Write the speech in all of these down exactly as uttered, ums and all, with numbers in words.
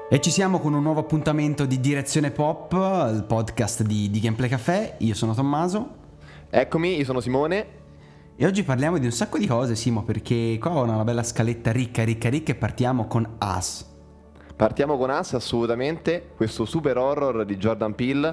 E ci siamo con un nuovo appuntamento di Direzione Pop, il podcast di, di Gameplay Café. Io sono Tommaso. Eccomi, io sono Simone. E oggi parliamo di un sacco di cose, Simo, perché qua ho una bella scaletta ricca, ricca, ricca e partiamo con Us. Partiamo con Us, assolutamente, questo super horror di Jordan Peele,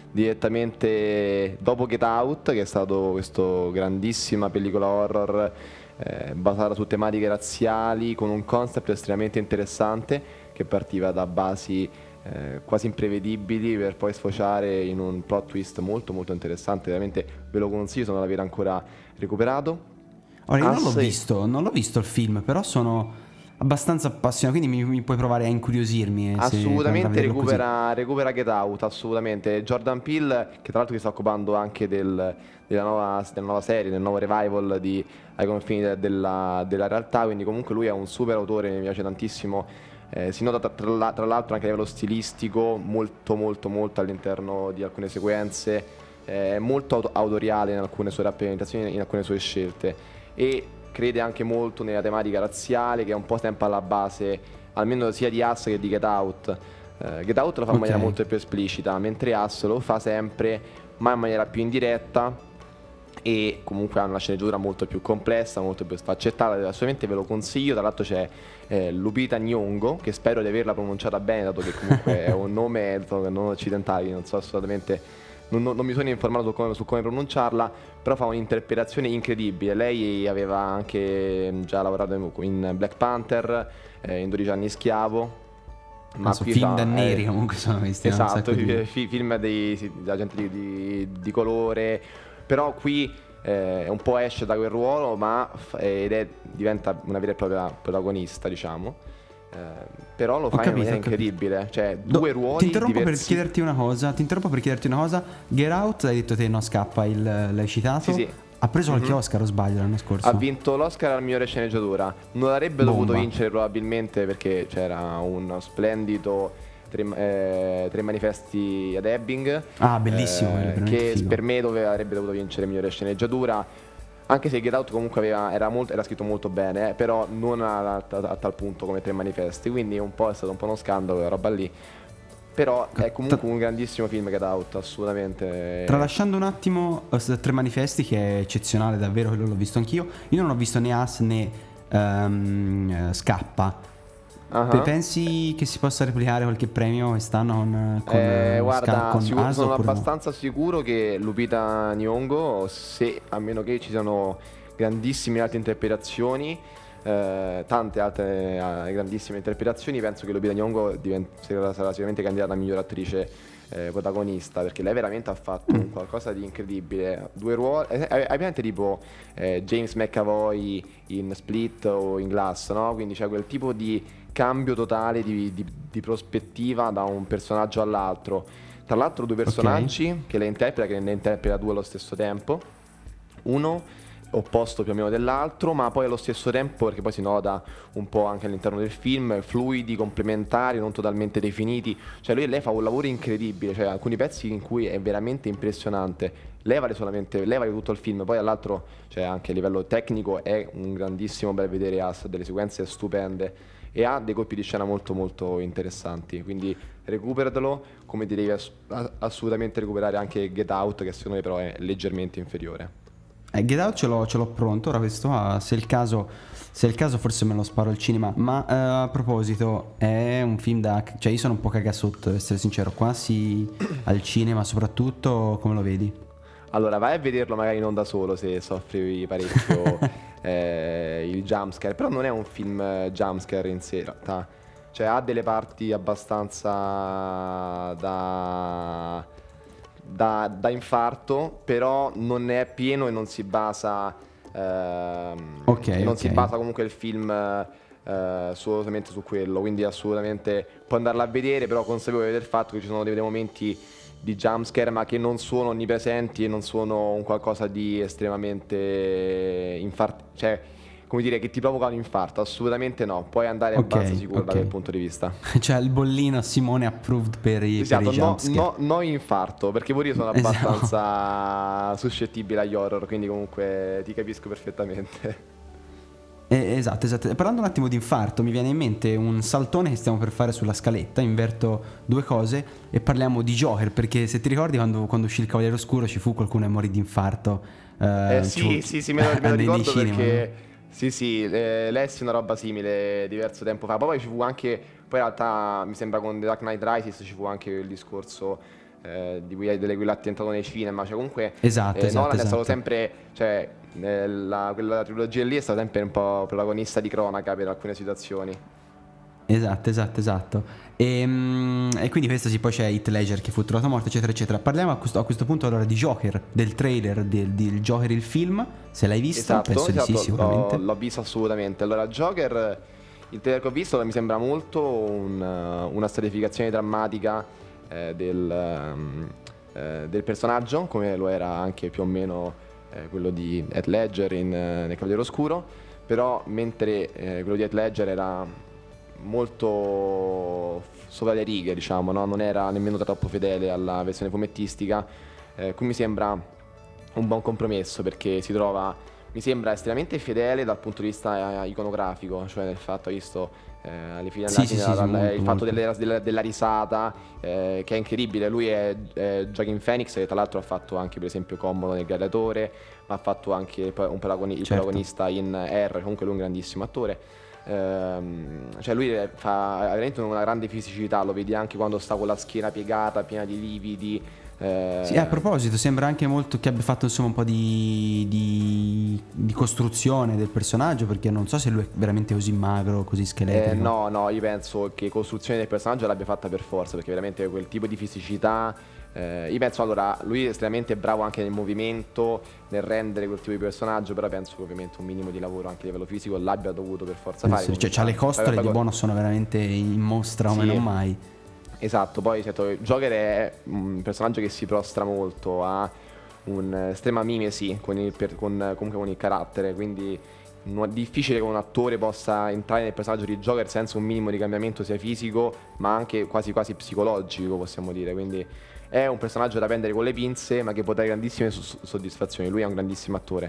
direttamente dopo Get Out, che è stato questo grandissima pellicola horror eh, basata su tematiche razziali, con un concept estremamente interessante, che partiva da basi eh, quasi imprevedibili per poi sfociare in un plot twist molto molto interessante. Veramente ve lo consiglio se non l'avete ancora recuperato. Ora, io Ah, non l'ho sì. visto, non l'ho visto il film, però sono abbastanza appassionato, quindi mi, mi puoi provare a incuriosirmi. eh, se- per andare a Assolutamente vederlo così. recupera, recupera Get Out, assolutamente. Jordan Peele, che tra l'altro si sta occupando anche del- della, nuova, della nuova serie, del nuovo revival di Ai confini de- della, della realtà, quindi comunque lui è un super autore, mi piace tantissimo. Eh, si nota tra, tra la- tra l'altro anche a livello stilistico molto molto molto all'interno di alcune sequenze, è molto auto- autoriale in alcune sue rappresentazioni, in alcune sue scelte, e crede anche molto nella tematica razziale, che è un po' sempre alla base almeno sia di Us che di Get Out. Eh, Get Out lo fa in Ok. maniera molto più esplicita, mentre Us lo fa sempre ma in maniera più indiretta, e comunque ha una sceneggiatura molto più complessa, molto più sfaccettata. Assolutamente ve lo consiglio. Tra l'altro c'è eh, Lupita Nyong'o, che spero di averla pronunciata bene, dato che comunque è un nome insomma, non occidentale, non so assolutamente, non, non- non mi sono informato su come, su come pronunciarla, però fa un'interpretazione incredibile. Lei aveva anche già lavorato in in Black Panther, eh, in dodici anni schiavo. Ma sono qui film c'ha, da neri eh, comunque sono questi, no? Un Esatto, sacco di- fi- film dei, sì, da gente di, di- di colore, però qui eh, un po' esce da quel ruolo, ma f- ed è, diventa una vera e propria protagonista, diciamo. Eh, però lo Ho fa in capito, maniera ho capito. incredibile, cioè Do- due ruoli ti interrompo per diversi. chiederti una cosa. Ti interrompo per chiederti una cosa. Get Out, hai detto te, no, scappa, il, l'hai citato. Sì, sì. Ha preso qualche Mhm. Oscar, o sbaglio, l'anno scorso? Ha vinto l'Oscar al migliore sceneggiatura. Non avrebbe Bomba. dovuto vincere probabilmente, perché c'era un splendido tre, eh, tre manifesti ad Ebbing. Ah, bellissimo, quello, veramente Che figo. per me dove avrebbe dovuto vincere migliore sceneggiatura. Anche se Get Out comunque aveva, era, molto, era scritto molto bene, eh, però non a, a- a tal punto come tre manifesti. Quindi un po' è stato un po' uno scandalo quella roba lì. Però è comunque un grandissimo film Get Out, assolutamente. Tralasciando un attimo eh, Tre Manifesti, che è eccezionale davvero, quello l'ho visto anch'io. Io non ho visto né Us né ehm, eh, Scappa. Ah. Pe- Pensi che si possa replicare qualche premio quest'anno con, con, Eh, eh, guarda, Sca- con sicuro- Us sono oppure no? abbastanza sicuro che Lupita Nyong'o, se a meno che ci siano grandissime altre interpretazioni, eh, tante altre eh, grandissime interpretazioni, penso che Lupita Nyong'o divent- sarà, sarà sicuramente candidata a miglior attrice eh, protagonista, perché lei veramente ha fatto un qualcosa di incredibile. Due ruoli, eh, hai hai presente tipo eh, James McAvoy in Split o in Glass, no? Quindi c'è quel tipo di cambio totale di, di- di prospettiva da un personaggio all'altro. Tra l'altro due personaggi che lei interpreta, che ne interpreta due allo stesso tempo, uno opposto più o meno dell'altro, ma poi allo stesso tempo, perché poi si nota un po' anche all'interno del film, fluidi, complementari, non totalmente definiti. Cioè lui, lei fa un lavoro incredibile, cioè alcuni pezzi in cui è veramente impressionante. Lei vale solamente, lei vale tutto il film, poi all'altro, cioè anche a livello tecnico è un grandissimo bel vedere, ha delle sequenze stupende e ha dei colpi di scena molto molto interessanti, quindi recuperatelo, come ti devi ass- assolutamente recuperare anche Get Out, che secondo me però è leggermente inferiore. Eh, Get Out ce l'ho, ce l'ho pronto, ora questo ah, se è il caso, se è il caso forse me lo sparo al cinema. Ma eh, a proposito, è un film da... Cioè io sono un po' cagasotto, devo essere sincero. Quasi al cinema soprattutto, come lo vedi? Allora, vai a vederlo magari non da solo se soffri parecchio eh, il jumpscare, però non è un film eh, jumpscare in sé in realtà, cioè ha delle parti abbastanza da, da, da infarto, però non è pieno e non si basa, ehm, Ok, non ok. si basa comunque il film eh, assolutamente su quello, quindi assolutamente puoi andarla a vedere, però consapevole del fatto che ci sono dei, dei momenti di jumpscare, ma che non sono onnipresenti e non sono un qualcosa di estremamente infarto, cioè come dire che ti provoca un infarto, assolutamente no, puoi andare Ok, abbastanza sicuro da ok. quel punto di vista. Cioè il bollino Simone approved per i, per Esatto, i no, jumpscare. no, no infarto, perché pure io sono Esatto. abbastanza suscettibile agli horror, quindi comunque ti capisco perfettamente. Eh, esatto, esatto. Parlando un attimo di infarto, mi viene in mente un saltone che stiamo per fare sulla scaletta. Inverto due cose e parliamo di Joker, perché se ti ricordi quando, quando uscì il Cavaliere Oscuro ci fu qualcuno che morì di infarto. Eh, Eh, ci sì, fu- sì, sì, me lo, me lo nei- nei ricordo cinema, perché no? sì, sì, eh, lessi una roba simile diverso tempo fa. Poi ci fu anche, poi in realtà mi sembra con The Dark Knight Rises ci fu anche il discorso eh, di cui, delle cui l'ha tentato nei cinema. Cioè comunque Esatto, eh, esatto, Nolan è stato esatto. sempre, cioè eh, la- quella trilogia lì è stata sempre un po' protagonista di cronaca per alcune situazioni. Esatto, esatto, esatto. E, mm, e quindi questo sì, poi c'è Heath Ledger che fu trovato morto, eccetera, eccetera. Parliamo a questo, a questo punto allora di Joker, del trailer del, del Joker il film. Se l'hai visto, Esatto, penso di sì, esatto, l'ho, sicuramente. l'ho visto assolutamente. Allora, Joker, il trailer che ho visto mi sembra molto un, uh, una stratificazione drammatica eh, del, um, eh, del personaggio, come lo era anche più o meno eh, quello di Heath Ledger in, eh, nel Cavaliere Oscuro. Però mentre eh, quello di Heath Ledger era molto f- sopra le righe, diciamo, no? Non era nemmeno troppo fedele alla versione fumettistica, eh, qui mi sembra un buon compromesso perché si trova, mi sembra estremamente fedele dal punto di vista eh, iconografico, cioè nel fatto, hai visto, eh, alle fine, alla Sì, sì, fine sì, sì, dal- molto, il fatto molto. delle- della, della risata, eh, che è incredibile. Lui è, è Joaquin Phoenix, che tra l'altro ha fatto anche per esempio Commodore nel Gladiatore, ma ha fatto anche il, un protagoni- il Certo. protagonista in R, comunque lui è un grandissimo attore. Ehm, cioè lui è- fa ha veramente una grande fisicità, lo vedi anche quando sta con la schiena piegata, piena di lividi. Sì, a eh, proposito, sembra anche molto che abbia fatto insomma un po' di, di, di costruzione del personaggio, perché non so se lui è veramente così magro, così Eh, scheletrico. no, no, io penso che costruzione del personaggio l'abbia fatta per forza, perché veramente quel tipo di fisicità. Eh, io penso allora, lui è estremamente bravo anche nel movimento, nel rendere quel tipo di personaggio, però penso che ovviamente un minimo di lavoro anche a livello fisico l'abbia dovuto per forza fare. Cioè, Come c'ha le fa- costole fa- di fa- buono, sono veramente in mostra come non Sì, mai. esatto. Poi certo, Joker è un personaggio che si prostra molto, ha un'estrema mimesi con il, per- con- comunque con il carattere, quindi non è difficile che un attore possa entrare nel personaggio di Joker senza un minimo di cambiamento sia fisico ma anche quasi quasi psicologico, possiamo dire. Quindi è un personaggio da prendere con le pinze ma che può dare grandissime so- soddisfazioni. Lui è un grandissimo attore.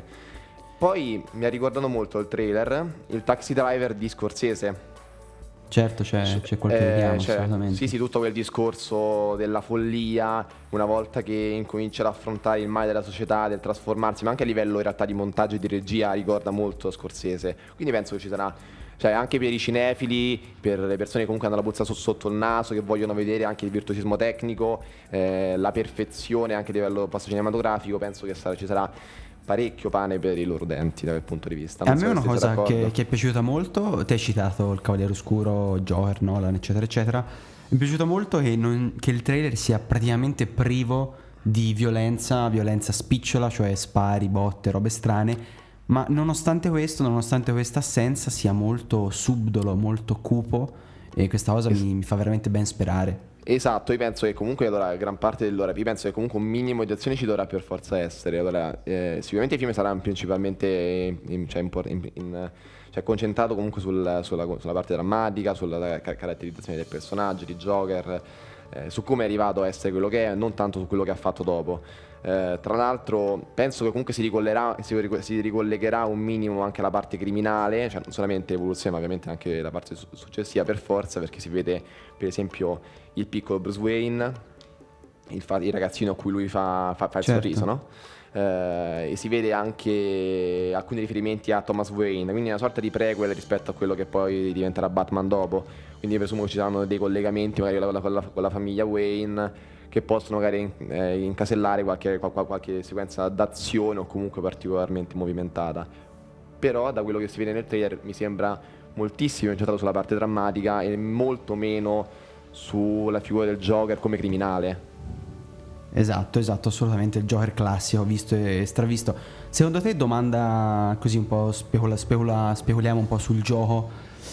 Poi mi ha ricordato molto il trailer il Taxi Driver di Scorsese. Certo, c'è, c'è qualche Eh, richiamo, cioè, sì, assolutamente. sì, tutto quel discorso della follia, una volta che incomincia ad affrontare il male della società, del trasformarsi, ma anche a livello in realtà di montaggio e di regia ricorda molto Scorsese. Quindi penso che ci sarà, cioè anche per i cinefili, per le persone che comunque hanno la puzza so- sotto il naso, che vogliono vedere anche il virtuosismo tecnico, eh, la perfezione anche a livello passo cinematografico, penso che sarà- ci sarà parecchio pane per i loro denti da quel punto di vista. E a Non me so se una siete cosa che, d'accordo. che è piaciuta molto, ti hai citato il Cavaliere Oscuro, Joker, Nolan, eccetera, eccetera. Mi è piaciuto molto che, non- che il trailer sia praticamente privo di violenza, violenza spicciola, cioè spari, botte, robe strane. Ma nonostante questo, nonostante questa assenza, sia molto subdolo, molto cupo. E questa cosa Es- mi, mi fa veramente ben sperare. Esatto, io penso che comunque allora, gran parte dell'ora, io penso che comunque un minimo di azione ci dovrà per forza essere. Allora, eh, sicuramente i film saranno principalmente in- cioè, impor- in- in- cioè, concentrato comunque sul- sulla, sulla parte drammatica, sulla ca- caratterizzazione del personaggio, di Joker, eh, su come è arrivato a essere quello che è, non tanto su quello che ha fatto dopo. Eh, tra l'altro penso che comunque si, ricollerà- si rico- si ricollegherà un minimo anche alla parte criminale, cioè non solamente l'evoluzione ma ovviamente anche la parte su- successiva per forza, perché si vede per esempio il piccolo Bruce Wayne, il, fa- il ragazzino a cui lui fa, fa- fa il sorriso, Certo. no? Eh, e si vede anche alcuni riferimenti a Thomas Wayne, quindi una sorta di prequel rispetto a quello che poi diventerà Batman dopo. Quindi presumo che ci saranno dei collegamenti magari con la, con la- con la famiglia Wayne che possono magari in- eh, incasellare qualche, qual- qual- qualche sequenza d'azione o comunque particolarmente movimentata. Però da quello che si vede nel trailer mi sembra moltissimo incentrato sulla parte drammatica e molto meno sulla figura del Joker come criminale. Esatto, esatto, assolutamente il Joker classico, visto e stravisto. Secondo te, domanda così un po' specula, specula- specoliamo un po' sul gioco,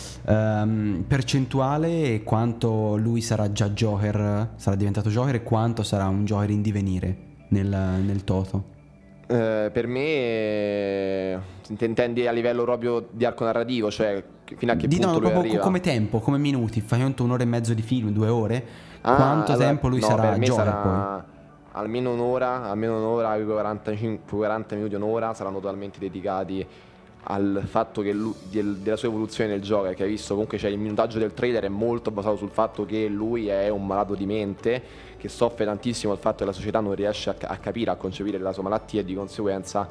ehm, percentuale e quanto lui sarà già Joker, sarà diventato Joker e quanto sarà un Joker in divenire nel, nel toto? Eh, per me eh, int- intendi a livello proprio di arco narrativo, cioè che- fino a che Di no, punto lui proprio co- arriva. come tempo, come minuti, fai conto un'ora e mezzo di film, due ore, Ah, quanto allora, tempo lui no, per sarà me Joker poi? sarà almeno un'ora, almeno un'ora, quei quarantacinque quaranta minuti, un'ora saranno totalmente dedicati al fatto che lui, del, della sua evoluzione nel gioco, che hai visto comunque c'è il minutaggio del trailer è molto basato sul fatto che lui è un malato di mente che soffre tantissimo del fatto che la società non riesce a, a capire, a concepire la sua malattia e di conseguenza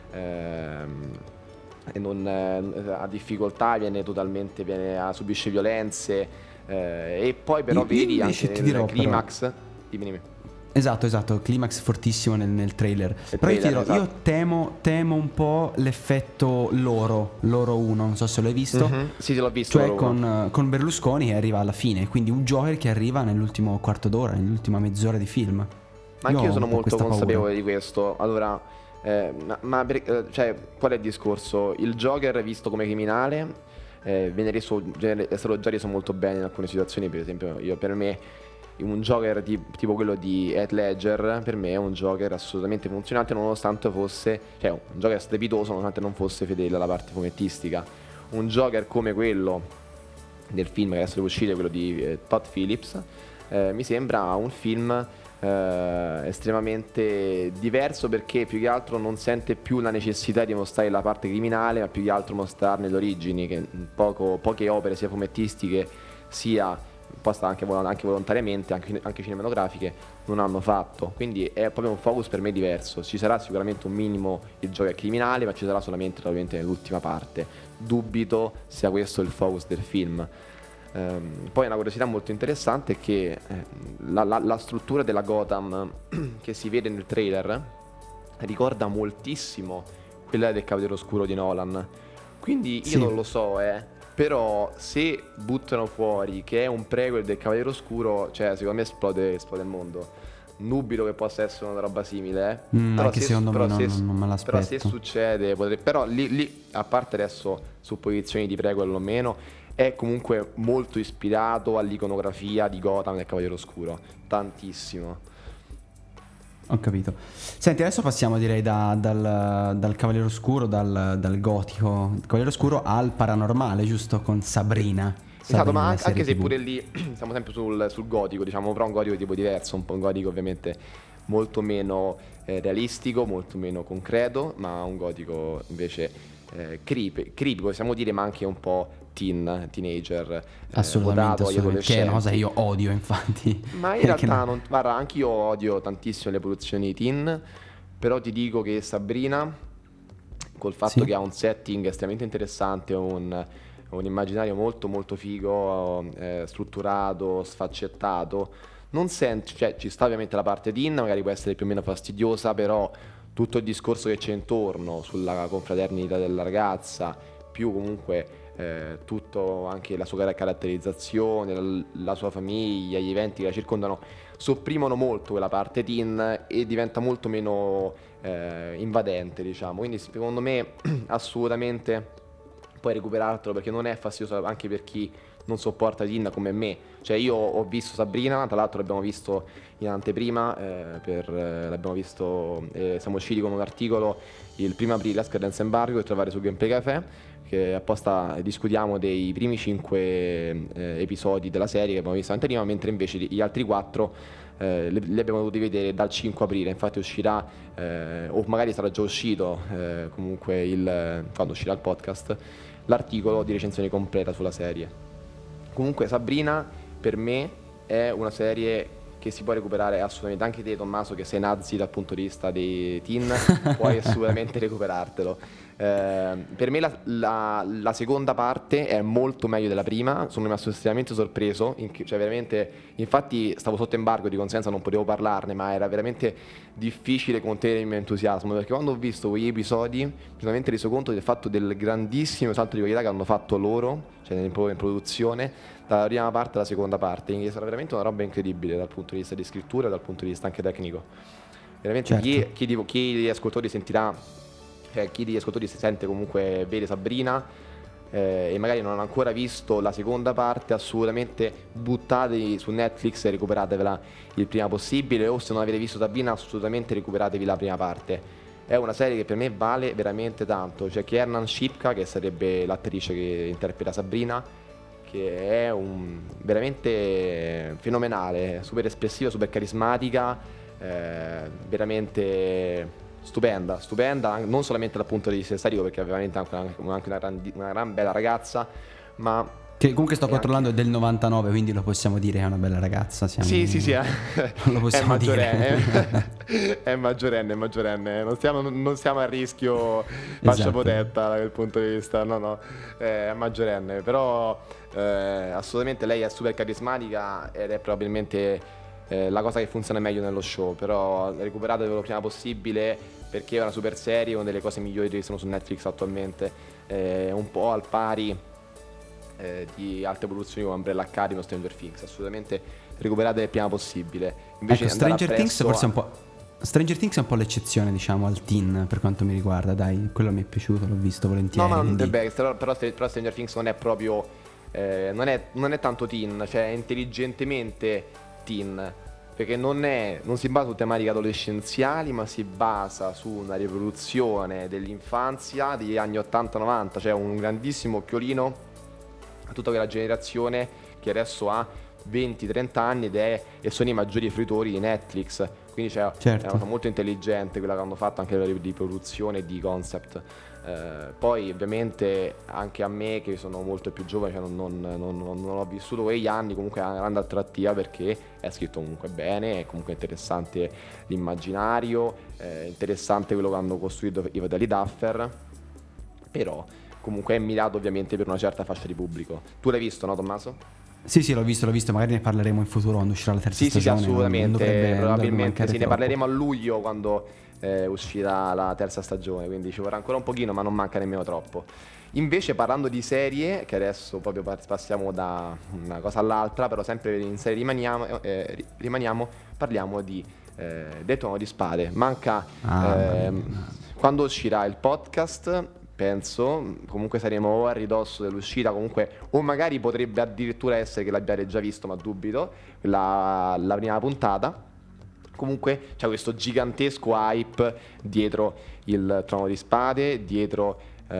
ehm, e non, eh, ha difficoltà, viene totalmente viene, a, subisce violenze eh, e poi però Io- io vedi invece anche ti nel dirò, climax dimmi, dimmi. Esatto, esatto, climax fortissimo nel, nel trailer. Il Però io ti trailer, dirò, io esatto. temo, temo un po' l'effetto loro, loro uno, non so se l'hai visto. Mhm. Sì, sì, l'ho visto. Cioè Loro con, uno. eh, con Berlusconi che arriva alla fine, quindi un Joker che arriva nell'ultimo quarto d'ora, nell'ultima mezz'ora di film. Ma Io anche io ho sono un po' molto questa consapevole paura. di questo. Allora, eh, ma, ma per- eh, cioè, qual è il discorso? Il Joker visto come criminale eh, viene reso, viene- è stato già reso molto bene in alcune situazioni. Per esempio, io per me un Joker di- tipo quello di Heath Ledger per me è un Joker assolutamente funzionante nonostante fosse, cioè un Joker strepitoso nonostante non fosse fedele alla parte fumettistica. Un Joker come quello del film che adesso deve uscire, quello di eh, Todd Phillips, eh, mi sembra un film eh, estremamente diverso perché più che altro non sente più la necessità di mostrare la parte criminale, ma più che altro mostrarne le origini, che poco, poche opere sia fumettistiche sia posta anche, vol- anche volontariamente, anche, anche cinematografiche, non hanno fatto. Quindi è proprio un focus per me diverso. Ci sarà sicuramente un minimo il gioco è criminale, ma ci sarà solamente probabilmente nell'ultima parte. Dubito sia questo il focus del film. Ehm, poi una curiosità molto interessante è che eh, la, la- la struttura della Gotham che si vede nel trailer ricorda moltissimo quella del Cavaliere Oscuro di Nolan. Quindi io Sì. non lo so, eh. Però se buttano fuori che è un prequel del Cavaliere Oscuro, cioè secondo me esplode, esplode il mondo. Dubito che possa essere una roba simile, eh. Mm, Però anche se, secondo però me non, se- non me però se l'aspetto. succede, potrebbe, però lì, lì, a parte adesso supposizioni di prequel o meno, è comunque molto ispirato all'iconografia di Gotham del Cavaliere Oscuro. Tantissimo. Ho capito. Senti, adesso passiamo direi da- dal, dal Cavaliere Oscuro, dal, dal gotico Cavaliere Oscuro al paranormale, giusto? Con Sabrina. Esatto, Sabrina, ma la anche, anche serie se T V. pure lì siamo sempre sul, sul gotico, diciamo, però un gotico tipo diverso, un po' un gotico ovviamente molto meno eh, realistico, molto meno concreto, ma un gotico invece eh, creepy, creepy, possiamo dire, ma anche un po' teen, teenager, eh, Assolutamente, votato agli assolutamente. Che è una cosa che adolescenti. io odio, infatti. Ma in Perché realtà, no? non, guarda, anche io odio tantissimo le produzioni teen, però ti dico che Sabrina, col fatto Sì? che ha un setting estremamente interessante, un, un immaginario molto molto figo, eh, strutturato, sfaccettato, non senti, cioè ci sta ovviamente la parte teen, magari può essere più o meno fastidiosa, però tutto il discorso che c'è intorno sulla confraternita della ragazza, più comunque eh, tutto anche la sua caratterizzazione, la, la sua famiglia, gli eventi che la circondano, sopprimono molto quella parte teen e diventa molto meno eh, invadente, diciamo. Quindi secondo me assolutamente puoi recuperartelo perché non è fastidioso anche per chi non sopporta teen come me. Cioè io ho visto Sabrina, tra l'altro l'abbiamo visto in anteprima, eh, per, eh, l'abbiamo visto, eh, siamo usciti con un articolo il primo aprile a Scadenza Embargo che trovare su Gameplay Café, che apposta discutiamo dei primi cinque eh, episodi della serie che abbiamo visto in anteprima, mentre invece gli altri quattro eh, li, li abbiamo dovuti vedere dal cinque aprile. Infatti uscirà, eh, o magari sarà già uscito eh, comunque il, quando uscirà il podcast, l'articolo di recensione completa sulla serie. Comunque Sabrina per me è una serie che si può recuperare assolutamente, anche te Tommaso che sei nazi dal punto di vista dei teen, puoi assolutamente recuperartelo. Eh, per me la, la- la seconda parte è molto meglio della prima, sono rimasto estremamente sorpreso, in che- cioè veramente, infatti stavo sotto embargo di conseguenza non potevo parlarne, ma era veramente difficile contenere il mio entusiasmo, perché quando ho visto quegli episodi mi sono veramente reso conto del fatto del grandissimo salto di qualità che hanno fatto loro, cioè in, in produzione, dalla prima parte alla seconda parte, che sarà veramente una roba incredibile dal punto di vista di scrittura e dal punto di vista anche tecnico. Veramente chi, Certo. chi, di- chi degli ascoltatori sentirà, cioè chi degli ascoltatori si sente comunque vede Sabrina eh, e magari non ha ancora visto la seconda parte, assolutamente buttatevi su Netflix e recuperatevela il prima possibile, o se non avete visto Sabrina assolutamente recuperatevi la prima parte. È una serie che per me vale veramente tanto. C'è Kiernan Shipka, che sarebbe l'attrice che interpreta Sabrina, che è un, veramente fenomenale, super espressiva, super carismatica, eh, veramente stupenda, stupenda, non solamente dal punto di vista estetico, perché ovviamente è anche una, anche una, gran, una gran bella ragazza, ma che comunque sto controllando anche... è del novantanove, quindi lo possiamo dire, è una bella ragazza. Siamo... Sì, sì, sì, è, lo possiamo è maggiorenne, dire. È, è maggiorenne, è maggiorenne. Non stiamo, non siamo a rischio fascia esatto. protetta da quel punto di vista, no, no, è maggiorenne. Però eh, assolutamente lei è super carismatica ed è probabilmente eh, la cosa che funziona meglio nello show. Però recuperatevelo il prima possibile, perché è una super serie, una delle cose migliori che sono su Netflix attualmente, è un po' al pari Eh, di alte produzioni come Umbrella Academy o Stranger Things. Assolutamente recuperate il prima possibile. Invece ecco, Stranger Things forse è un po' Stranger Things è un po' l'eccezione, diciamo, al teen per quanto mi riguarda, dai, quello mi è piaciuto, l'ho visto volentieri. No, ma quindi... beh, però, però Stranger Things non è proprio eh, non, è, non è tanto teen, cioè è intelligentemente teen, perché non, è, non si basa su tematiche adolescenziali, ma si basa su una riproduzione dell'infanzia degli anni ottanta novanta, cioè un grandissimo occhiolino a tutta quella generazione che adesso ha venti trenta anni ed è, e sono i maggiori fruitori di Netflix. Quindi c'è certo. È una cosa molto intelligente quella che hanno fatto anche a livello di produzione e di concept. Eh, poi ovviamente anche a me, che sono molto più giovane, cioè non, non, non, non ho vissuto quegli anni, comunque è una grande attrattiva, perché è scritto comunque bene, è comunque interessante l'immaginario, è interessante quello che hanno costruito i fratelli Duffer, però comunque è mirato ovviamente per una certa fascia di pubblico. Tu l'hai visto, no, Tommaso? Sì, sì, l'ho visto, l'ho visto, magari ne parleremo in futuro quando uscirà la terza sì, stagione. Sì, sì, assolutamente, non dovrebbe, probabilmente non sì, troppo. Ne parleremo a luglio quando eh, uscirà la terza stagione, quindi ci vorrà ancora un pochino, ma non manca nemmeno troppo. Invece, parlando di serie, che adesso proprio passiamo da una cosa all'altra, però sempre in serie rimaniamo, eh, rimaniamo parliamo di eh, del Trono di Spade. Manca ah, eh, quando uscirà il podcast, penso, comunque saremo o a ridosso dell'uscita, comunque, o magari potrebbe addirittura essere che l'abbiate già visto, ma dubito, la, la prima puntata. Comunque c'è questo gigantesco hype dietro il Trono di Spade, dietro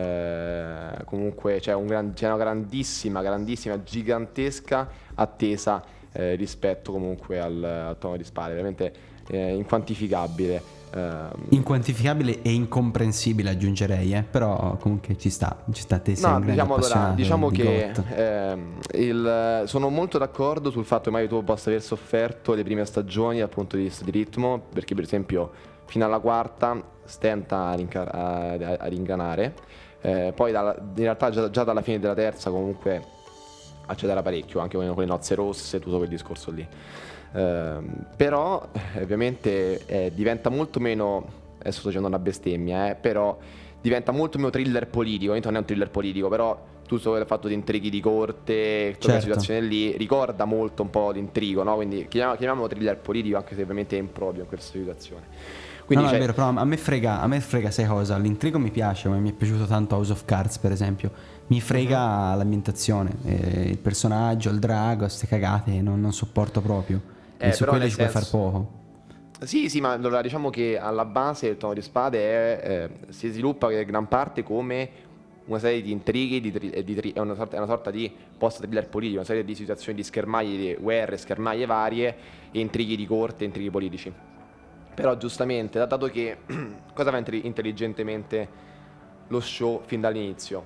eh, comunque c'è, un gran, c'è una grandissima, grandissima, gigantesca attesa eh, rispetto comunque al, al Trono di Spade, veramente eh, inquantificabile. Inquantificabile e incomprensibile, aggiungerei, eh? Però comunque ci sta, ci sta te sei no, un grande diciamo, allora, diciamo di che eh, il, sono molto d'accordo sul fatto che magari tu possa aver sofferto le prime stagioni dal punto di vista di ritmo, perché per esempio fino alla quarta stenta a, rincar- a, a ringranare, eh, poi dalla, in realtà già, già dalla fine della terza comunque accelera parecchio, anche con le nozze rosse, tutto quel discorso lì. Uh, però ovviamente eh, diventa molto meno, adesso sto dicendo una bestemmia, eh, però diventa molto meno thriller politico. Non è un thriller politico, però tutto il fatto di intrighi di corte, tutta quella certo. situazione lì ricorda molto un po' l'intrigo, no? Quindi chiamiamolo, chiamiamolo thriller politico, anche se ovviamente è improprio in questa situazione. Quindi no, no, c'è... è vero, però a me frega, a me frega sai cosa? L'intrigo mi piace, ma mi è piaciuto tanto House of Cards, per esempio. Mi frega uh-huh. l'ambientazione, eh, il personaggio, il drago, queste cagate, non, non sopporto proprio. E eh, su quello ci puoi far poco. Sì, sì, ma allora diciamo che alla base il Trono di Spade è, eh, si sviluppa in gran parte come una serie di intrighi, di tri- di tri- è, una sorta, è una sorta di post-thriller politico, una serie di situazioni di schermaglie, di guerre, schermaglie varie e intrighi di corte, intrighi politici. Però giustamente, dato che cosa fa intelligentemente lo show fin dall'inizio?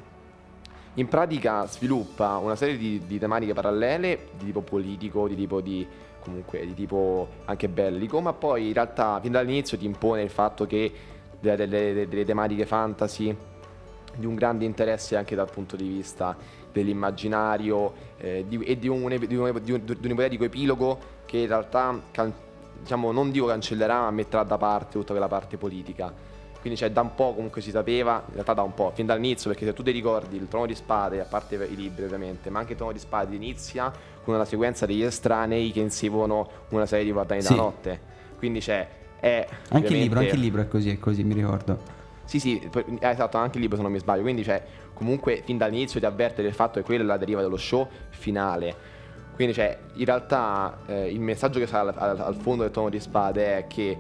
In pratica sviluppa una serie di, di tematiche parallele di tipo politico, di tipo di comunque di tipo anche bellico, ma poi in realtà fin dall'inizio ti impone il fatto che delle, delle, delle tematiche fantasy di un grande interesse anche dal punto di vista dell'immaginario eh, di, e di un, di, un, di, un, di un ipotetico epilogo che in realtà can, diciamo non dico cancellerà, ma metterà da parte tutta quella parte politica. Quindi cioè da un po' comunque si sapeva, in realtà da un po', fin dall'inizio, perché se tu ti ricordi il Trono di Spade, a parte i libri ovviamente, ma anche il Trono di Spade inizia con una sequenza degli estranei che inseguono una serie di guardiani sì. della notte. Quindi c'è è anche il libro, anche il libro è così, è così, mi ricordo. Sì, sì, esatto, anche il libro se non mi sbaglio. Quindi cioè comunque fin dall'inizio ti avverte del fatto che quella è la deriva dello show finale. Quindi cioè in realtà eh, il messaggio che sta al, al, al fondo del Trono di Spade è che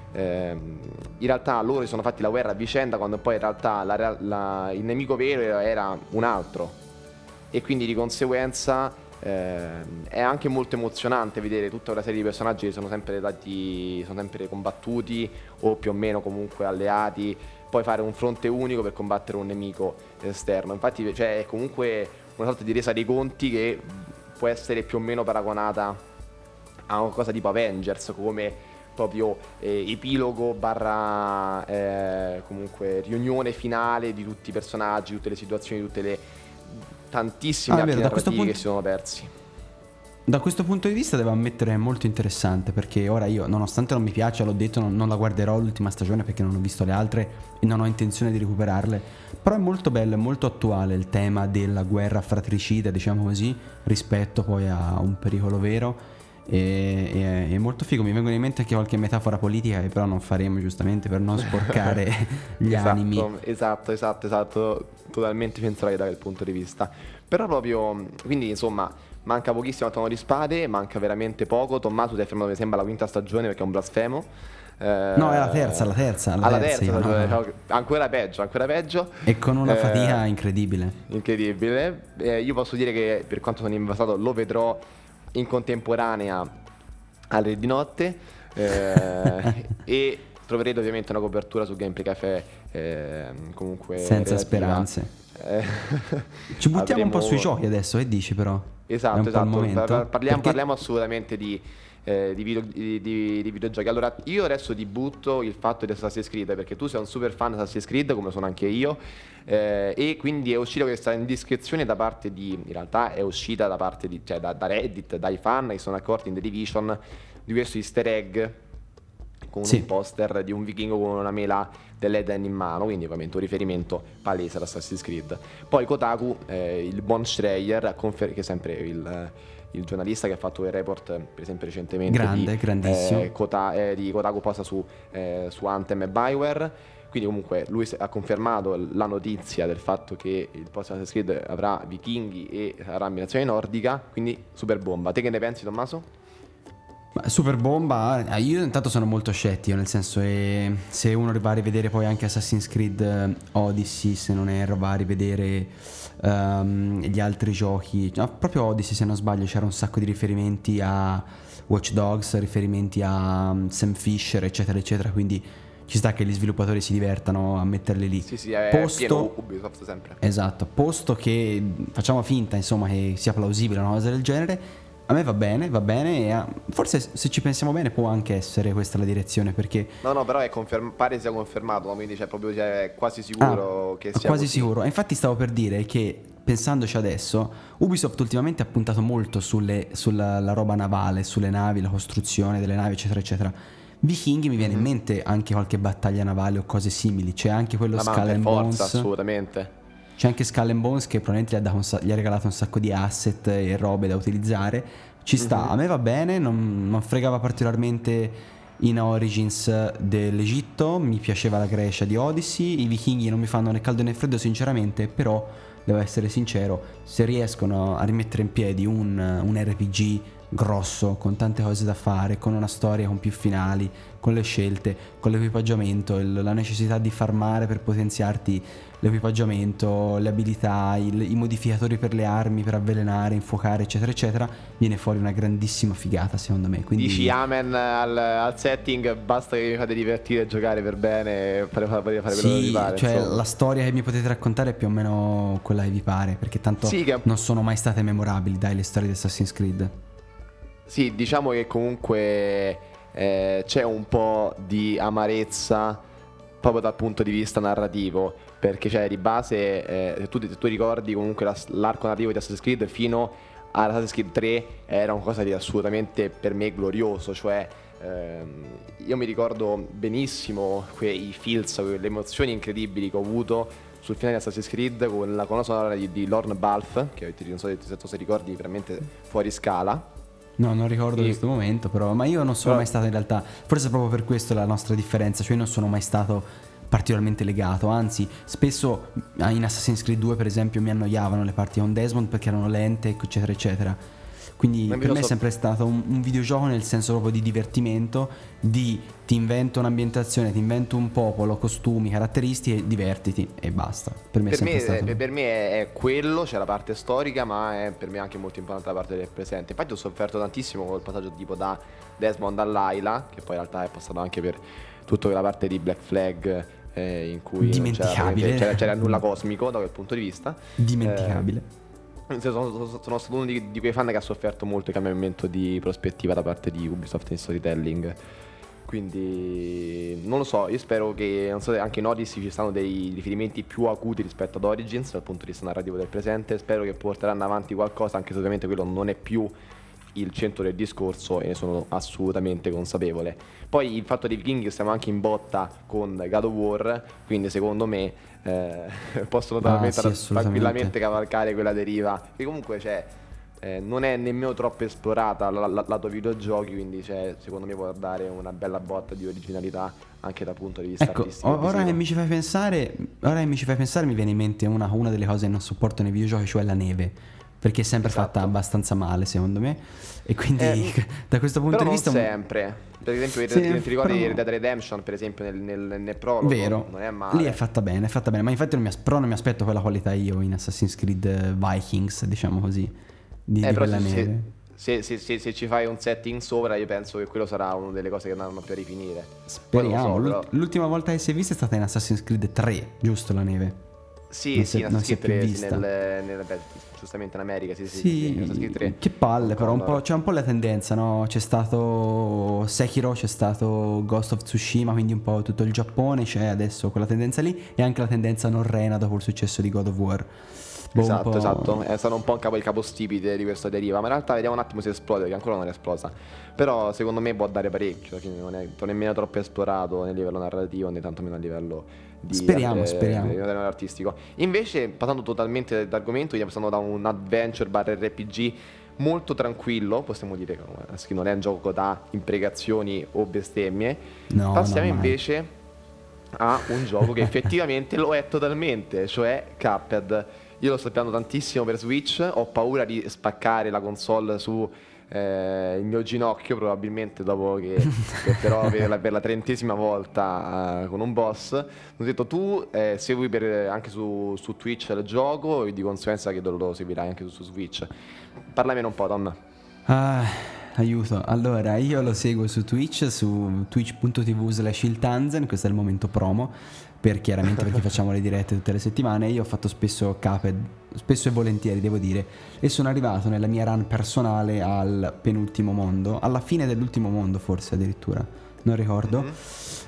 in realtà loro si sono fatti la guerra a vicenda, quando poi in realtà la, la, il nemico vero era un altro, e quindi di conseguenza eh, è anche molto emozionante vedere tutta una serie di personaggi che sono sempre dati, sono sempre combattuti o più o meno comunque alleati, poi fare un fronte unico per combattere un nemico esterno. Infatti, cioè, è comunque una sorta di resa dei conti che può essere più o meno paragonata a una cosa tipo Avengers, come proprio eh, epilogo barra eh, comunque riunione finale di tutti i personaggi, tutte le situazioni, tutte le tantissimi Ah, è archi vero, da questo narrativi punto- che si sono persi. Da questo punto di vista devo ammettere è molto interessante, perché ora io, nonostante non mi piaccia, l'ho detto, non, non la guarderò l'ultima stagione perché non ho visto le altre e non ho intenzione di recuperarle, però è molto bello, è molto attuale il tema della guerra fratricida, diciamo così, rispetto poi a un pericolo vero, e, e- è molto figo. Mi vengono in mente anche qualche metafora politica che però non faremo, giustamente, per non sporcare gli esatto, animi. Esatto, esatto, esatto, totalmente censurato da quel punto di vista. Però proprio, quindi insomma, manca pochissimo al Trono di Spade, manca veramente poco. Tommaso ti è fermato, mi sembra, la quinta stagione perché è un blasfemo. Eh, No, è la terza, la terza, la alla terza, terza io, no, stagione, no. cioè, ancora peggio, ancora peggio. E con una Eh, fatica incredibile. Incredibile. Eh, io posso dire che per quanto sono invasato lo vedrò in contemporanea alle di notte eh, e troverete ovviamente una copertura su Gameplay Café eh, comunque Senza relativa. speranze. Eh, Ci buttiamo un po' avremo- sui giochi adesso, che dici però? È Esatto, un po' il esatto. momento. Par- Parliamo, Perché- parliamo assolutamente di, eh, di, video- di- di- di videogiochi. Allora, io adesso ti butto il fatto di Assassin's Creed, perché tu sei un super fan di Assassin's Creed, come sono anche io, eh, e quindi è uscita questa indiscrezione da parte di, in realtà è uscita da parte di, cioè da, da Reddit, dai fan che sono accorti in The Division di questo easter egg con Sì. un poster di un vichingo con una mela dell'Eden in mano, quindi ovviamente un riferimento palese ad Assassin's Creed. Poi Kotaku, eh, il buon Schreier, ha confer- che è sempre il, il giornalista che ha fatto il report, per esempio recentemente, Grande, di, grandissimo. eh, Kota- eh, di Kotaku posta su, eh, su Anthem e Bioware. Quindi comunque lui ha confermato la notizia del fatto che il prossimo Assassin's Creed avrà vichinghi e sarà ambientazione nordica, quindi super bomba. Te che ne pensi, Tommaso? Ma super bomba, eh, io intanto sono molto scettico, nel senso che se uno va a rivedere poi anche Assassin's Creed eh, Odyssey, se non erro, va a rivedere ehm, gli altri giochi, no, proprio Odyssey se non sbaglio c'era un sacco di riferimenti a Watch Dogs, riferimenti a um, Sam Fisher, eccetera eccetera, quindi ci sta che gli sviluppatori si divertano a metterli lì. Sì, sì, è Posto- pieno Ubisoft sempre. Esatto, posto che facciamo finta insomma che sia plausibile una cosa del genere, a me va bene, va bene e ah, forse se ci pensiamo bene può anche essere questa la direzione, perché No, no, però è conferm- pare sia confermato, no? Quindi c'è proprio cioè, è quasi sicuro Ah, che sia quasi così. sicuro. E infatti stavo per dire che pensandoci adesso, Ubisoft ultimamente ha puntato molto sulle, sulla la roba navale, sulle navi, la costruzione delle navi, eccetera, eccetera. Vichinghi mi viene in mente anche qualche battaglia navale o cose simili. C'è anche quello La Skull manca and forza, Bones. assolutamente. C'è anche Skull and Bones che probabilmente gli ha, dato un sa- gli ha regalato un sacco di asset e robe da utilizzare. Ci sta, Mhm. a me va bene, non, non fregava particolarmente in Origins dell'Egitto, mi piaceva la Grecia di Odyssey, i vichinghi non mi fanno né caldo né freddo sinceramente, però devo essere sincero, se riescono a rimettere in piedi un, un R P G grosso, con tante cose da fare, con una storia con più finali, con le scelte, con l'equipaggiamento, il- la necessità di farmare per potenziarti l'equipaggiamento, le abilità, il- i modificatori per le armi, per avvelenare, infuocare, eccetera, eccetera, viene fuori una grandissima figata secondo me. Quindi Dici amen al, al setting, basta che mi fate divertire e giocare per bene e fare, fare, fare quello che vi sì, pare. cioè insomma. la storia che mi potete raccontare è più o meno quella che vi pare, perché tanto Sì, che- non sono mai state memorabili, dai, le storie di Assassin's Creed. Sì, diciamo che comunque eh, c'è un po' di amarezza proprio dal punto di vista narrativo, perché cioè di base, eh, se tu, se tu ricordi comunque la- l'arco narrativo di Assassin's Creed fino ad Assassin's Creed tre era un qualcosa di assolutamente per me glorioso, cioè ehm, io mi ricordo benissimo quei feels, quelle emozioni incredibili che ho avuto sul finale di Assassin's Creed con la colonna sonora di, di Lorne Balfe, che non so se tu ricordi, veramente fuori scala. No, non ricordo Sì. questo momento, però. Ma io non sono Però- mai stato in realtà. Forse è proprio per questo la nostra differenza. Cioè, io non sono mai stato particolarmente legato. Anzi, spesso in Assassin's Creed due, per esempio, mi annoiavano le parti con Desmond perché erano lente, eccetera, eccetera. Quindi Ma per me so... è sempre stato un, un videogioco nel senso proprio di divertimento, di ti invento un'ambientazione, ti invento un popolo, costumi, caratteristiche e divertiti e basta. Per me Per è sempre me, stato... eh, per me è, è quello, c'è la parte storica, ma è per me anche molto importante la parte del presente. Infatti ho sofferto tantissimo col passaggio tipo da Desmond a Layla, che poi in realtà è passato anche per tutta quella parte di Black Flag, eh, in cui non c'era, Dimenticabile. c'era, c'era nulla cosmico da quel punto di vista. Dimenticabile. Eh, sono, sono- sono stato uno di, di quei fan che ha sofferto molto il cambiamento di prospettiva da parte di Ubisoft in storytelling. Quindi non lo so, io spero che, non so, se anche in Odyssey ci stanno dei riferimenti più acuti rispetto ad Origins dal punto di vista narrativo del presente. Spero che porteranno avanti qualcosa, anche se ovviamente quello non è più il centro del discorso e ne sono assolutamente consapevole. Poi il fatto dei vichinghi, stiamo anche in botta con God of War, quindi secondo me eh, possono Ah, tranquillamente, sì, assolutamente. tranquillamente cavalcare quella deriva, che comunque c'è. Eh, non è nemmeno troppo esplorata la- la- lato videogiochi, quindi cioè, secondo me può dare una bella botta di originalità anche dal punto di vista Ecco, artistico. o- e ora che visivo. mi ci fai pensare, ora che mi ci fai pensare mi viene in mente una, una delle cose che non sopporto nei videogiochi, cioè la neve, perché è sempre Esatto. fatta abbastanza male secondo me, e quindi Eh, da questo punto Però di non vista... sempre. Per esempio, Sì, ti, ti ricordi però- Red Dead Redemption, per esempio, nel, nel, nel prologo? Vero, Non è male. lì è fatta bene, è fatta bene, ma infatti non mi, as- però non mi aspetto quella qualità io in Assassin's Creed Vikings, diciamo così, di, Eh, di però quella se, neve. se, se, se- se ci fai un setting sopra, io penso che quello sarà una delle cose che andranno più a rifinire. Poi non lo Speriamo, so, l'ult- però- l'ultima volta che si è vista è stata in Assassin's Creed tre, giusto la neve? Sì, Non sì, si è- in non si è Assassin's più Creed tre, sì, vista. nel, nel- beh, giustamente in America, sì, sì, sì, sì, in Assassin's Sì, Creed tre. che palle Con però, un po', Connor. c'è un po' la tendenza, no? C'è stato Sekiro, c'è stato Ghost of Tsushima, quindi un po' tutto il Giappone, c'è adesso quella tendenza lì e anche la tendenza norrena dopo il successo di God of War. Boh, un Esatto, po'- esatto, è stato un po' un capo il capostipite di questa deriva, ma in realtà vediamo un attimo se esplode, perché ancora non è esplosa. Però secondo me può dare parecchio, alla fine non è nemmeno troppo esplorato nel livello narrativo né tantomeno a livello di Speriamo, eh, speriamo. di livello artistico. Invece, passando totalmente d'argomento, io passando da un adventure barra R P G molto tranquillo, possiamo dire che non è un gioco da imprecazioni o bestemmie. No, Passiamo no, mai. invece a un gioco che effettivamente lo è totalmente, cioè Cuphead. Io lo sto aspettando tantissimo per Switch, ho paura di spaccare la console su eh, il mio ginocchio probabilmente dopo che però per la, per la trentesima volta eh, con un boss. Ho detto tu eh, segui per, anche su, su Twitch il gioco e di conseguenza che lo seguirai anche su, su Switch. Parlamene un po', Tom. Ah, aiuto. Allora, io lo seguo su Twitch, su twitch.tv slash iltanzen, questo è il momento promo, per chiaramente perché facciamo le dirette tutte le settimane. Io ho fatto spesso Cuphead, spesso e volentieri devo dire, e sono arrivato nella mia run personale al penultimo mondo, alla fine dell'ultimo mondo forse addirittura, non ricordo. Mhm.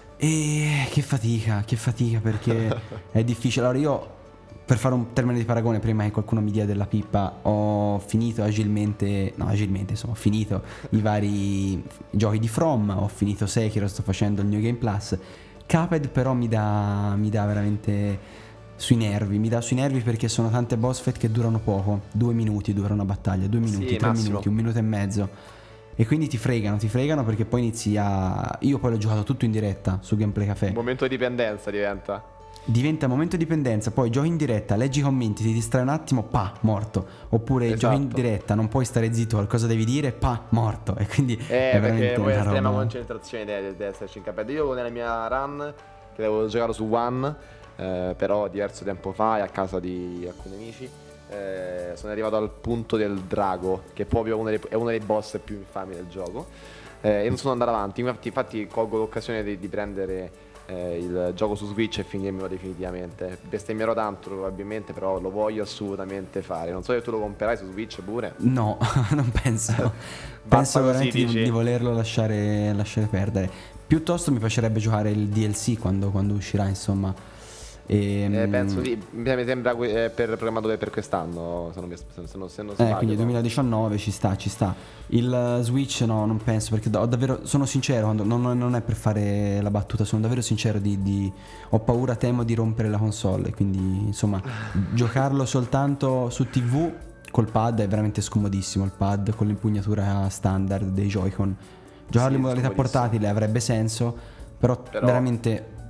E che fatica, che fatica perché è difficile. Allora io, per fare un termine di paragone, prima che qualcuno mi dia della pippa, ho finito agilmente, no agilmente insomma, ho finito i vari giochi di From, ho finito Sekiro, sto facendo il New Game Plus. Cuphead però mi dà, mi dà veramente sui nervi, mi dà sui nervi perché sono tante boss fight che durano poco, due minuti dura una battaglia, due minuti, Sì, tre massimo. minuti, un minuto e mezzo. E quindi ti fregano, ti fregano perché poi inizi a... Io poi l'ho giocato tutto in diretta su Gameplay Café. Un momento di dipendenza diventa. Diventa momento di dipendenza, poi giochi in diretta, leggi i commenti, ti distrai un attimo, pa, morto. Oppure Esatto. giochi in diretta, non puoi stare zitto, qualcosa devi dire, pa, morto. E quindi Eh, è perché veramente poi è una estrema roba... concentrazione deve, deve esserci in Cuphead. Io nella mia run, che avevo giocato su One, eh, però diverso tempo fa e a casa di alcuni amici, eh, sono arrivato al punto del drago, che è proprio uno dei, è uno dei boss più infami del gioco, eh, e non sono andato avanti. Infatti, infatti colgo l'occasione di, di prendere eh, il gioco su Switch e finirmelo definitivamente. Bestemmierò tanto probabilmente, però lo voglio assolutamente fare. Non so se tu lo comprerai su Switch pure. No, non penso. Basta Penso così, veramente di, dici? di volerlo lasciare, lasciare perdere. Piuttosto mi piacerebbe giocare il D L C quando, quando uscirà, insomma. E, Eh, penso di. Mi sembra que- eh, per programmato per quest'anno. Se non, mi- se non, se non, se non sbaglio, Eh, quindi no? duemiladiciannove ci sta, ci sta. Il uh, Switch no, non penso, perché do- davvero sono sincero, quando- non, non è per fare la battuta, sono davvero sincero di, di- ho paura, temo di rompere la console, quindi insomma giocarlo soltanto su T V col pad è veramente scomodissimo, il pad con l'impugnatura standard dei Joy-Con. Giocarlo Sì, in modalità scomodissimo. portatile avrebbe senso, però, Però- veramente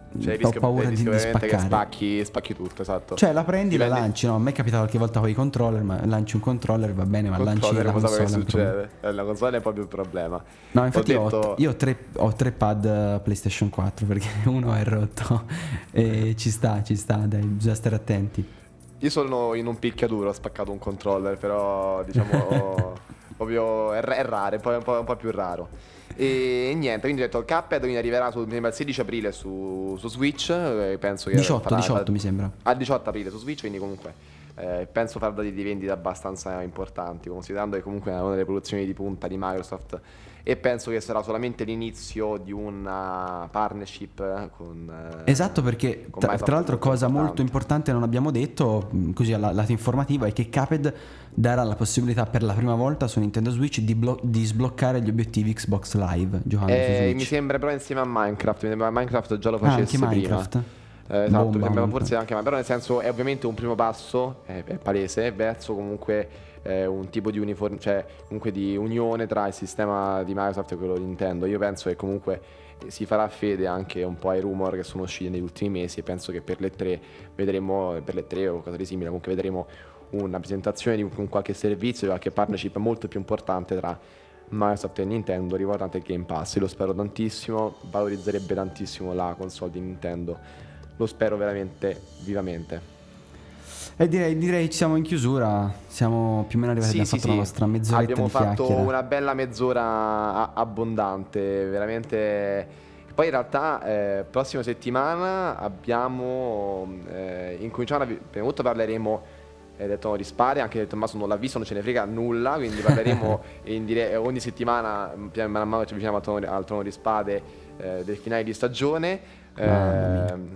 Cioè, ho rischio, paura di, rischio di veramente che spaccare. spacchi, spacchi tutto, esatto. Cioè la prendi, Ti la prendi- lanci, no? A me è capitato qualche volta con i controller, ma lanci un controller va bene, ma lanci controller, la cosa console che è un problema. succede? Eh, La console è proprio il problema. No, infatti Ho ho, detto- io ho tre, ho tre pad eh, PlayStation quattro perché uno è rotto e ci sta, ci sta, dai, bisogna stare attenti. Io sono in un picchiaduro, ho spaccato un controller, però diciamo proprio è, è raro, è un po', un po', un po' più raro. E niente, quindi ho detto il Cuphead quindi arriverà su, mi sembra il sedici aprile su, su Switch, eh, penso che diciotto, farà, diciotto mi sembra. a diciotto aprile su Switch, quindi comunque eh, penso farà dati di vendita abbastanza importanti, considerando che comunque è una delle produzioni di punta di Microsoft, e penso che sarà solamente l'inizio di una partnership eh, con eh, Esatto, perché con tra, Microsoft tra l'altro molto cosa molto importante. importante non abbiamo detto, mh, così alla lato informativo, è che Cuphead darà la possibilità per la prima volta su Nintendo Switch di, blo- di sbloccare gli obiettivi Xbox Live giocando su Eh, Switch. mi sembra però insieme a Minecraft, mi sembra che Minecraft già lo Ah, facesse anche prima. Minecraft. Eh, esatto, Bomba, mi sembra comunque. forse anche, ma però nel senso è ovviamente un primo passo, è, è palese, verso comunque eh, un tipo di uniform, cioè comunque di unione tra il sistema di Microsoft e quello di Nintendo. Io penso che comunque eh, si farà fede anche un po' ai rumor che sono usciti negli ultimi mesi, e penso che per le tre vedremo, per le tre o cosa di simile, comunque vedremo una presentazione di un, un qualche servizio, di qualche partnership molto più importante tra Microsoft e Nintendo riguardante il Game Pass. Io lo spero tantissimo, valorizzerebbe tantissimo la console di Nintendo, lo spero veramente vivamente. E direi, direi ci siamo in chiusura, siamo più o meno arrivati, Sì, abbiamo sì, fatto la sì. nostra mezz'oretta Abbiamo di fatto chiacchiera. una bella mezz'ora a- abbondante, veramente. Poi in realtà eh, prossima settimana abbiamo eh, incominciamo a prima di tutto parleremo eh, del Tono di Spade, anche se Tommaso non l'ha visto, non ce ne frega nulla, quindi parleremo in dire- ogni settimana, pian man mano ci avviciniamo al Tono, al Tono di Spade eh, del finale di stagione. Mamma Ehm,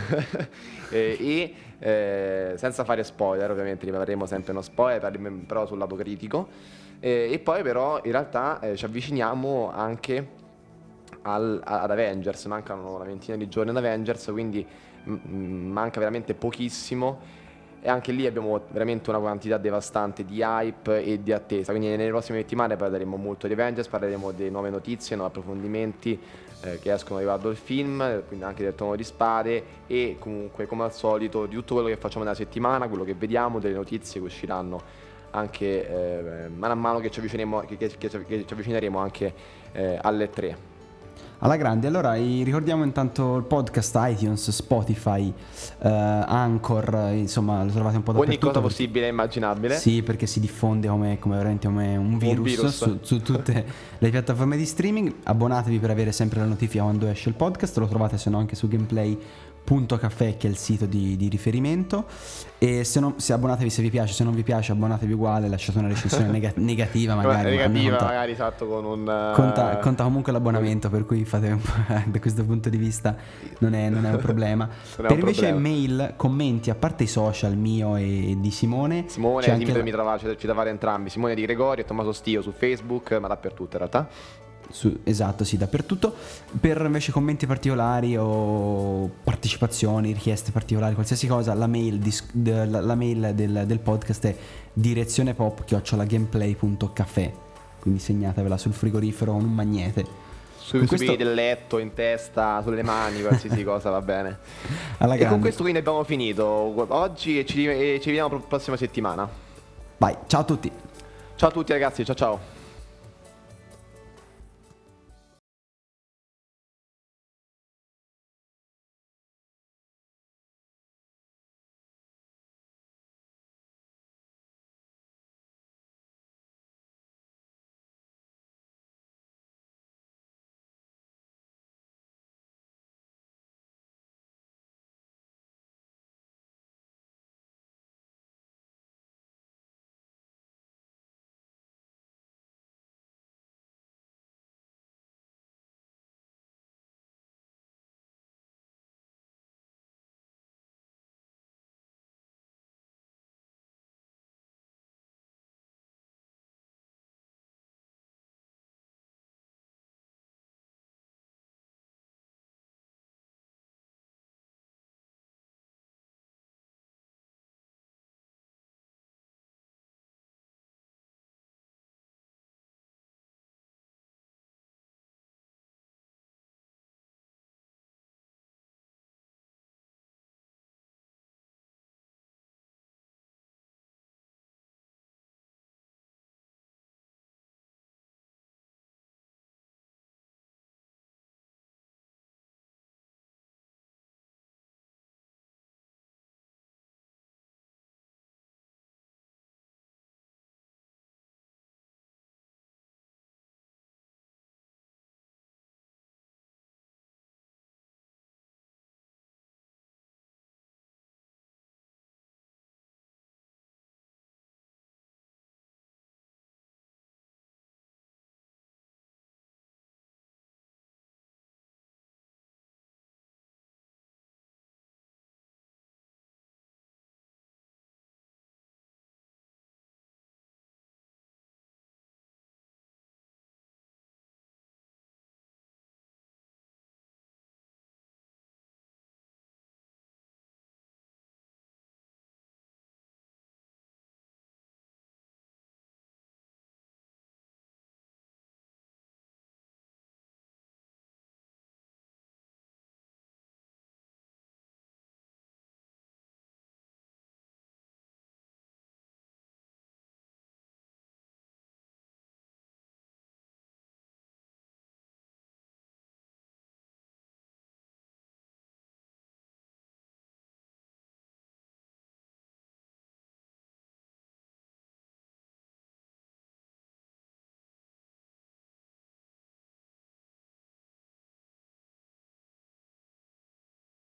e, e, eh, senza fare spoiler, ovviamente rimarremo sempre uno spoiler, parleremo però sul lato critico. Eh, e poi però in realtà eh, ci avviciniamo anche al- ad Avengers, mancano una ventina di giorni ad Avengers, quindi mm, mm, manca veramente pochissimo, e anche lì abbiamo veramente una quantità devastante di hype e di attesa, quindi nelle prossime settimane parleremo molto di Avengers, parleremo di nuove notizie, nuovi approfondimenti eh, che escono riguardo il film, quindi anche del Trono di Spade, e comunque come al solito di tutto quello che facciamo nella settimana, quello che vediamo, delle notizie che usciranno anche eh, mano a mano che ci avvicineremo, che, che, che ci- che ci avvicineremo anche eh, alle tre. Alla grande, allora i- ricordiamo intanto il podcast iTunes, Spotify, eh, Anchor, eh, insomma lo trovate un po' Ogni dappertutto. cosa perché- possibile e immaginabile. Sì, perché si diffonde come, come veramente come un virus, virus. Su, su tutte le piattaforme di streaming. Abbonatevi per avere sempre la notifica quando esce il podcast, lo trovate se no anche su gameplay punto caffè, che è il sito di, di riferimento. E se, non, se abbonatevi se vi piace, se non vi piace abbonatevi uguale, lasciate una recensione nega- negativa magari. ma a me negativa conta- magari, esatto, con un eh, Conta, conta comunque l'abbonamento, per cui fate un po', da questo punto di vista non è, non è un problema. Non è Per un invece problema. mail, commenti, a parte i social mio e di Simone, Simone, c'è sì, anche la- mi trovate, ci trovate entrambi, Simone Di Gregorio e Tommaso Stio su Facebook, ma dappertutto in realtà. su- esatto, sì, dappertutto. Per invece commenti particolari o partecipazioni, richieste particolari, qualsiasi cosa, la mail, dis- de- la, la mail del, del podcast è direzionepop chiocciola gameplay punto caffè, quindi segnatevela sul frigorifero con un magnete. Sui, Con sui questo- piedi del letto, in testa, sulle mani, qualsiasi cosa va bene. Alla E grande. con questo quindi abbiamo finito oggi, e ci, e ci vediamo la prossima settimana. Vai, ciao a tutti. Ciao a tutti ragazzi, ciao ciao.